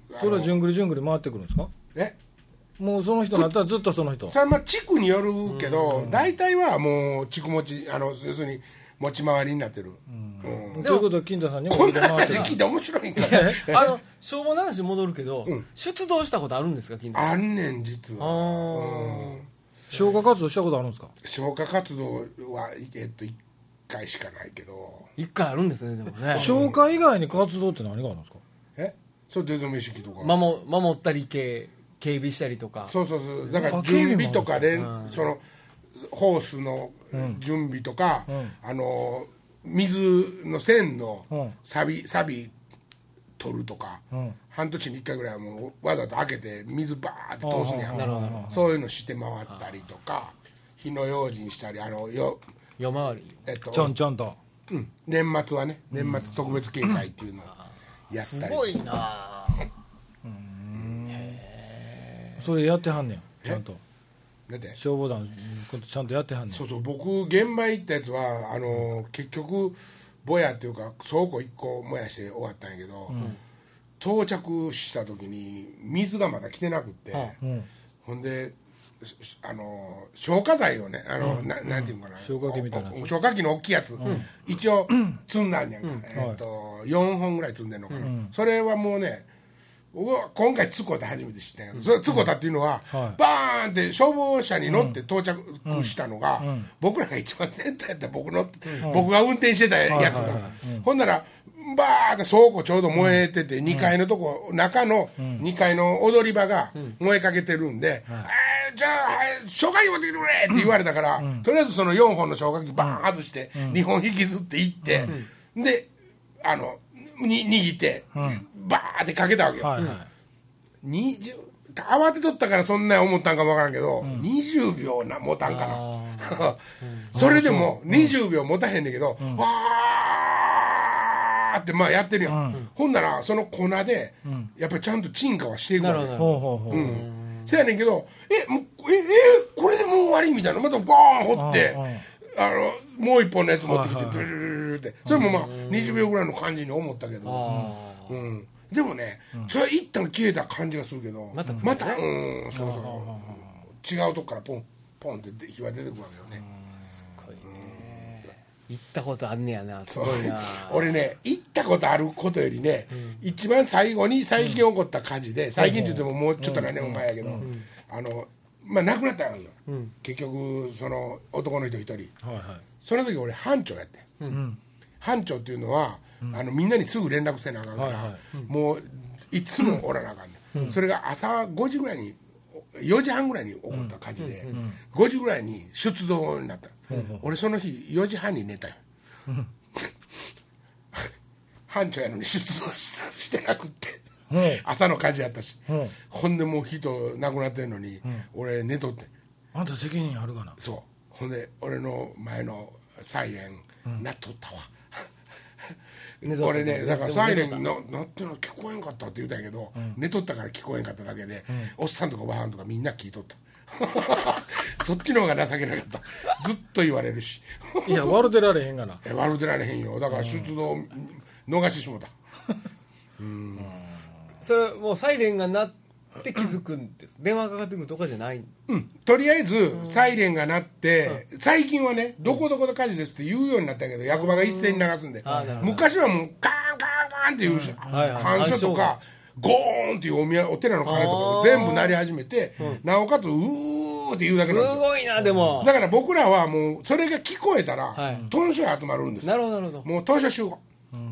Speaker 3: それはじゅんぐりじゅんぐり回ってくるんですか？
Speaker 1: え
Speaker 3: もうその人になったらずっとその人
Speaker 1: それはまあ地区によるけど大体はもう地区持ちあの要するに持ち回りになってる、
Speaker 3: うんうん、ということは金田さんにも
Speaker 1: こんな話聞いて面白いんか
Speaker 2: あの消防の話に戻るけど、うん、出動したことあるんですか金田さん？
Speaker 1: あんねん実は、
Speaker 3: うん、消火活動したことあるんですか？
Speaker 1: 消火活動は、えっと、いっかいしかないけど
Speaker 2: いっかいあるんですねでもね
Speaker 3: 消火以外に活動って何があるんですか？
Speaker 1: えそう出初め式とか
Speaker 2: 守守ったり警警備したりとか
Speaker 1: そうそうそうだから準備とかで、うん、そのホースの準備とか、うん、あの水の線の錆び錆び取るとか、うん、半年にいっかいぐらいはもうわざと開けて水バーって通すんやんそういうのして回ったりとか火の用心したりあのよ
Speaker 2: 夜回り、
Speaker 1: えっと、
Speaker 3: ちょんちょんと、
Speaker 1: うん、年末はね年末特別警戒っていうのをやったり、
Speaker 2: すごいな
Speaker 3: うんそれやってはんねんちゃんと消防団ちゃんとやってはんねん
Speaker 1: そうそう僕現場行ったやつはあの結局ぼやっていうか倉庫いっこ燃やして終わったんやけど、うん、到着した時に水がまだ来てなくって、うん、ほんであの消火剤をねあの、うん、な, なんていうかな、
Speaker 3: 消火器みたいな
Speaker 1: 消火器の大きいやつ、うん、一応積んだんやんか、うんえー、とよんほんぐらい積んでんのかな、うん、それはもうね今回つこた初めて知ったんやけど、それつこたっていうのは、うんはい、バーンって消防車に乗って到着したのが、うんうん、僕らが一番先頭やった僕乗って、うん、僕が運転してたやつが、はいはいはいうん、ほんならバーって倉庫ちょうど燃えてて、うん、にかいのとこ中のにかいの踊り場が燃えかけてるんで、うんえー、じゃあ、はい、消火器持ってきてくれって言われたから、うん、とりあえずそのよんほんの消火器バーン外してにほん引きずっていって、うん、であのに握って、うん、バーってかけたわけよ、はいはい、にじゅう慌てとったからそんな思ったんかもわからんけど、うん、にじゅうびょうな持たんかな、うん、それでもにじゅうびょう持たへんねんけど、うん、わーってまあやってるやん、うん、ほんならその粉で、うん、やっぱりちゃんと鎮火はしていくわけせやねんけどえもうええこれでもう終わりみたいなまたバーン掘ってあのもう一本のやつ持ってきてブルルルルってそれもまあにじゅうびょうぐらいの感じに思ったけど、うん、でもね、うん、それは一旦消えた感じがするけどまた、またうんそうそう違うとこからポンポンって火は出てくるわけよね。
Speaker 2: すごいね行ったことあんねやなすごいな
Speaker 1: 俺ね行ったことあることよりね、うん、一番最後に最近起こった火事で、うん、最近って言ってももうちょっと何年も前やけど、うん、あのまあ亡くなったんよ、うん、結局その男の人一人、はいはい、その時俺班長やって、うん、班長っていうのは、うん、あのみんなにすぐ連絡せなあかんから、はいはいうん、もういつもおらなあかんね、うん、それが朝ごじぐらいによじはんぐらいに起こった火事で、うんうん、ごじぐらいに出動になった、うん、俺その日よじはんに寝たよ、うん、班長やのに出動してなくって、うん、朝の火事やったし、うん、ほんでもう人亡くなってんのに、うん、俺寝とって
Speaker 3: あんた責任あるかな
Speaker 1: そうほんで俺の前のサイレン、うん、鳴っとったわ俺ねだからサイレンな鳴ってるの聞こえんかったって言うたんやけど、うん、寝とったから聞こえんかっただけで、うん、おっさんとかおばはんとかみんな聞いとったそっちの方が情けなかったずっと言われるし
Speaker 3: いや悪出られへんがな
Speaker 1: 悪出られへんよだから出動逃してしもた
Speaker 2: うんそれもうサイレンが鳴って気づくんです電話かかってくるとかじゃない、
Speaker 1: うん、とりあえずサイレンが鳴って、うん、最近はねどこどこで火事ですって言うようになったけど役場が一斉に流すんで、うん、昔はもうカーンカーンカーンっていう、うんはいはい、反射とかゴーンっていうお宮お寺の鐘とか全部鳴り始めて、うん、なおかつうーって言うだけなんですよ
Speaker 2: すごいなでも
Speaker 1: だから僕らはもうそれが聞こえたら、はい、豚舎集まるんです
Speaker 2: なるほどなるほど
Speaker 1: もう豚舎集合、うん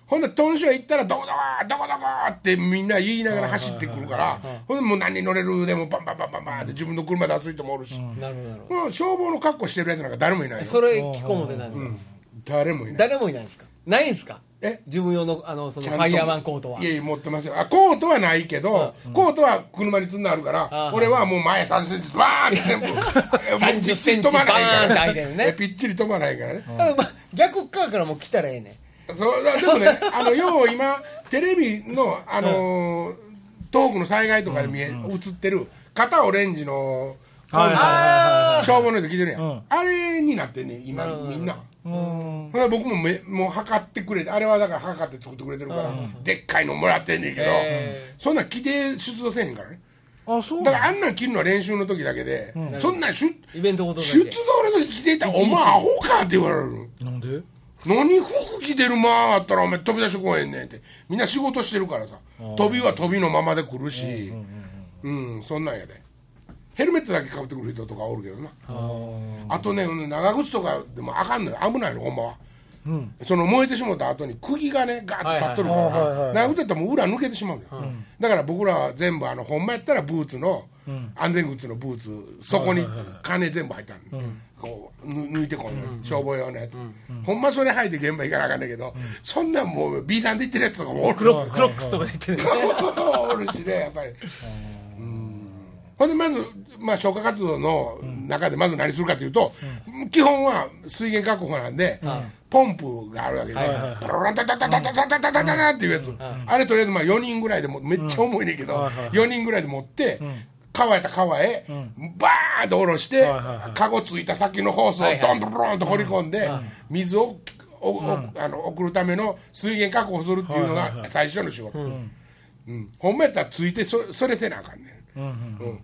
Speaker 1: ほんでトンショー行ったらどこどこどこどこってみんな言いながら走ってくるから、ほんでもう何に乗れるでもバンバンバンバンバンって自分の車で走る人もおるし、
Speaker 2: なるほどなるほ
Speaker 1: もう消防の格好してるやつなんか誰もいないよ。
Speaker 2: どそれ着込むでなんですか、
Speaker 1: 誰もいない。
Speaker 2: 誰もいないんですか。ないんですか。
Speaker 1: え
Speaker 2: 自分用のあのその
Speaker 1: ちゃんと
Speaker 2: ファイヤーマンコートは。
Speaker 1: いやいや持ってますよ。あコートはないけど、コートは車に積んであるから、
Speaker 2: あ
Speaker 1: 俺はもう前さんじゅっセンチバーンって全部
Speaker 2: さんじゅっセンチバーンって開いてるね。
Speaker 1: ぴっちり飛ばないからね。
Speaker 2: あまあ逆側からもう来たらええねん。
Speaker 1: そうだでもねあのよう今テレビのあのー東北の災害とかで見え、映ってる肩オレンジの
Speaker 3: はいはい
Speaker 2: あ
Speaker 1: 消防の人来てるやん、
Speaker 3: うん
Speaker 1: あれになってんねん今みんな。
Speaker 3: うん
Speaker 1: ほんで僕もめもう測ってくれてあれはだから測って作ってくれてるから、でっかいのもらってんねんけど、
Speaker 2: へ
Speaker 1: そんなん着て出動せえへんからね。
Speaker 3: あそう
Speaker 1: だからあんなん着るのは練習の時だけで、そんなん出
Speaker 2: イベントごとだけ
Speaker 1: 出動の時着ていたらお前アホかって言われる。
Speaker 3: なんで
Speaker 1: 何服着てるまああったらお前飛び出してこえんねんって。みんな仕事してるからさ、飛びは飛びのままで来るし、うんそんなんやで。ヘルメットだけかぶってくる人とかおるけどな。あとね長靴とかでもあかんのよ、危ないのほんまは、うん、その燃えてしまった後に釘がねガーッと立っとるから長靴やったらもう裏抜けてしまうのよ、うん、だから僕らは全部あのほんまやったらブーツの、うん、安全靴のブーツそこに金全部入ったの、うん、こう抜いてこんの、うん、消防用のやつ、うんうん、ほんまそれ履いて現場行かなあかんねんけど、うん、そんなんもう B さんで行ってるやつとかもおる。
Speaker 2: クロクロックスとかで行ってるね
Speaker 1: おるしねやっぱり。ほんでまず、まあ、消火活動の中でまず何するかというと、うん、基本は水源確保なんで、うん、ポンプがあるわけですよ。パラランタタタタタタタタタタっていうやつ、うん、あれとりあえずまあよにんぐらいでもめっちゃ重いねんけど、うん、よにんぐらいで持って、うん、川やった川へ、うん、バーンと下ろして、うん、カゴついた先のホースをドンドロンと掘り込んで、うん、水をおお、うん、あの送るための水源確保するっていうのが最初の仕事、うんうん、ほんまやったらついて そ, それせなあかんねん。うんうんうん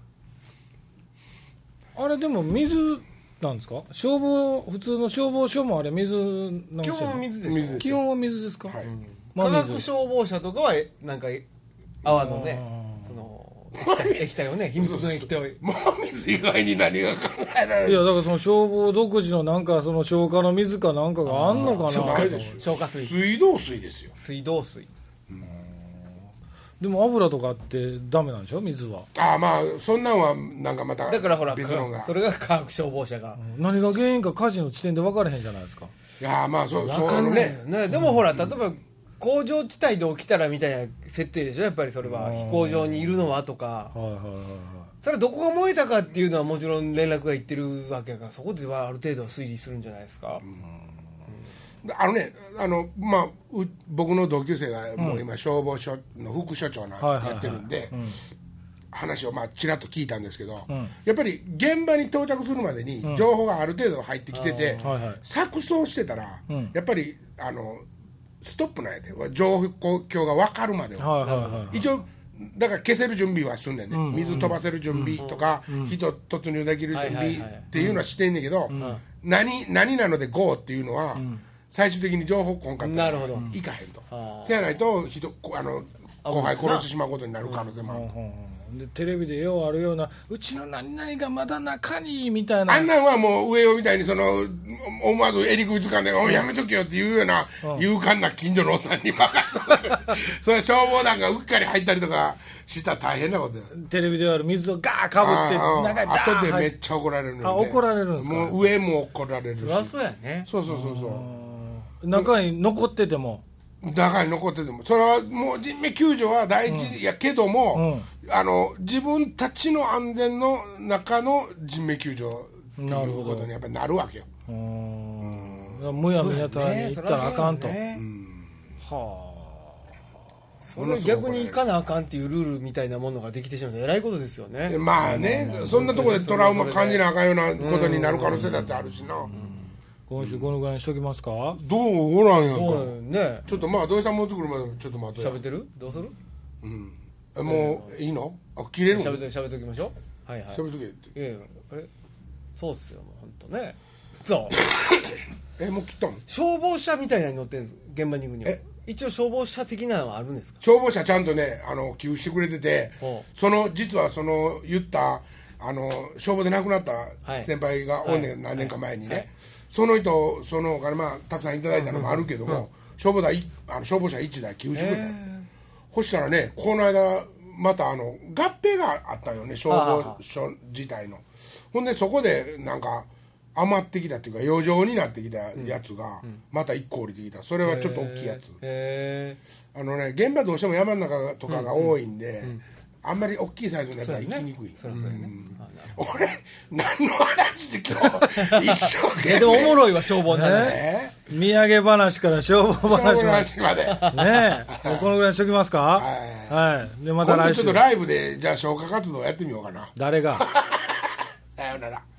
Speaker 3: あれでも水なんですか。消防普通の消防署もあれ水なんですよ。
Speaker 2: 基本は水ですよ。
Speaker 3: 基本は水ですか、はい
Speaker 2: うんまあ、化学消防車とかはなんか泡のねその液体, 液体をね秘密の液体を
Speaker 1: まあ水以外に何が考えられる。
Speaker 3: いやだからその消防独自のなんかその消火の水かなんかがあんのかな。
Speaker 2: 消火水
Speaker 1: 水道水ですよ。
Speaker 2: 水道水、うん
Speaker 3: でも油とかってダメなんでしょ水は。
Speaker 1: ああまあそんなんはなんかまた
Speaker 2: だからほら
Speaker 1: 別のが
Speaker 2: それが化学消防車が、
Speaker 3: うん、何が原因か火事の地点で分からへんじゃないですか。
Speaker 1: いやまあそう
Speaker 2: 分かんないですよね。でもほら例えば工場地帯で起きたらみたいな設定でしょやっぱりそれは飛行場にいるのはとか、はいはいはいはい、それはどこが燃えたかっていうのはもちろん連絡がいってるわけやからそこではある程度推理するんじゃないですか、うん
Speaker 1: あのねあの、まあ、僕の同級生がもう今消防署の副署長なやってるんで話をまあちらっと聞いたんですけど、うん、やっぱり現場に到着するまでに情報がある程度入ってきてて、うんはいはい、錯綜してたら、うん、やっぱりあのストップなんやで状況が分かるまでは、はいはいはい、一応だから消せる準備はすんねんね、うん、水飛ばせる準備とか、うん、人突入できる準備っていうのはしてんねんけど、うん、何, 何なので ゴー っていうのは、うん最終的に情報根幹っていかへんと、うん、せやないと人あの後輩殺してしまうことになる可能性もあると、うんうん
Speaker 3: うん、でテレビでようあるようなうちの何々がまだ中にみたいな
Speaker 1: あんなんはもう上をみたいにその思わず襟首つかんで「おやめとけよ」っていうような、うん、勇敢な近所のおっさんに任せそれ消防団がうっかり入ったりとかしたら大変なことだ。
Speaker 3: テレビである水をガーかぶって
Speaker 1: 中にダー後でめっちゃ怒られるので。
Speaker 3: あ怒られるんですか。
Speaker 1: もう上も怒られるし。
Speaker 2: そりゃそうやね。
Speaker 1: そうそうそうそう
Speaker 3: 中に残ってても
Speaker 1: 中に残っててもそれはもう人命救助は大事やけども、うん、あの自分たちの安全の中の人命救助っていうことにやっぱりなるわけよ。うん、
Speaker 3: むやみやたらに行ったらあかんと、ねうん、
Speaker 2: はあそれ逆に行かなあかんっていうルールみたいなものができてしまうのえらいことですよね。
Speaker 1: まあね、うん、そんなところでトラウマ感じなあかんようなことになる可能性だってあるしな、うんうん
Speaker 3: 今週このぐらいにしときますか。
Speaker 1: どうおらんやんか。
Speaker 2: ね、
Speaker 1: ちょっとまあ土井さん持ってくるまでちょっと待って。
Speaker 2: 喋ってる？どうする？
Speaker 1: うん。もういいの？あ切れるの？
Speaker 2: 喋って喋っておきましょう。はいはい。
Speaker 1: 喋っとけって。
Speaker 2: いやいやえそうっすよもう本当ね。そう。
Speaker 1: えもう切ったの？
Speaker 2: 消防車みたいなのに乗ってるんです現場に行くには。え一応消防車的なのはあるんですか？
Speaker 1: 消防車ちゃんとねあの寄付してくれてて、その実はその言ったあの消防で亡くなった先輩がおんねん、はい、何年か前にね。はいはいその人そのお金まあたくさんいただいたのもあるけども、うんうん、 消防団あの消防車いちだいきゅうじゅうだい、そしたらねこの間またあの合併があったよね消防署自体の。ほんでそこでなんか余ってきたっていうか余剰になってきたやつがまたいっこ降りてきた。それはちょっと大きいやつ。
Speaker 2: へ
Speaker 1: あのね現場どうしても山の中とかが多いんで、うんうん、あんまり大きいサイズのやつは行きにくい。
Speaker 2: それそれね、うん、
Speaker 1: 俺何の話で今日一生懸命
Speaker 2: でもおもろいわ消防団
Speaker 3: ね。土産話から消防話
Speaker 1: まで
Speaker 3: ねえもうこのぐらいにしときますか。はい、はい、でまた来週
Speaker 1: 今度ちょっとライブでじゃあ消火活動やってみようかな。
Speaker 3: 誰が
Speaker 1: さようなら。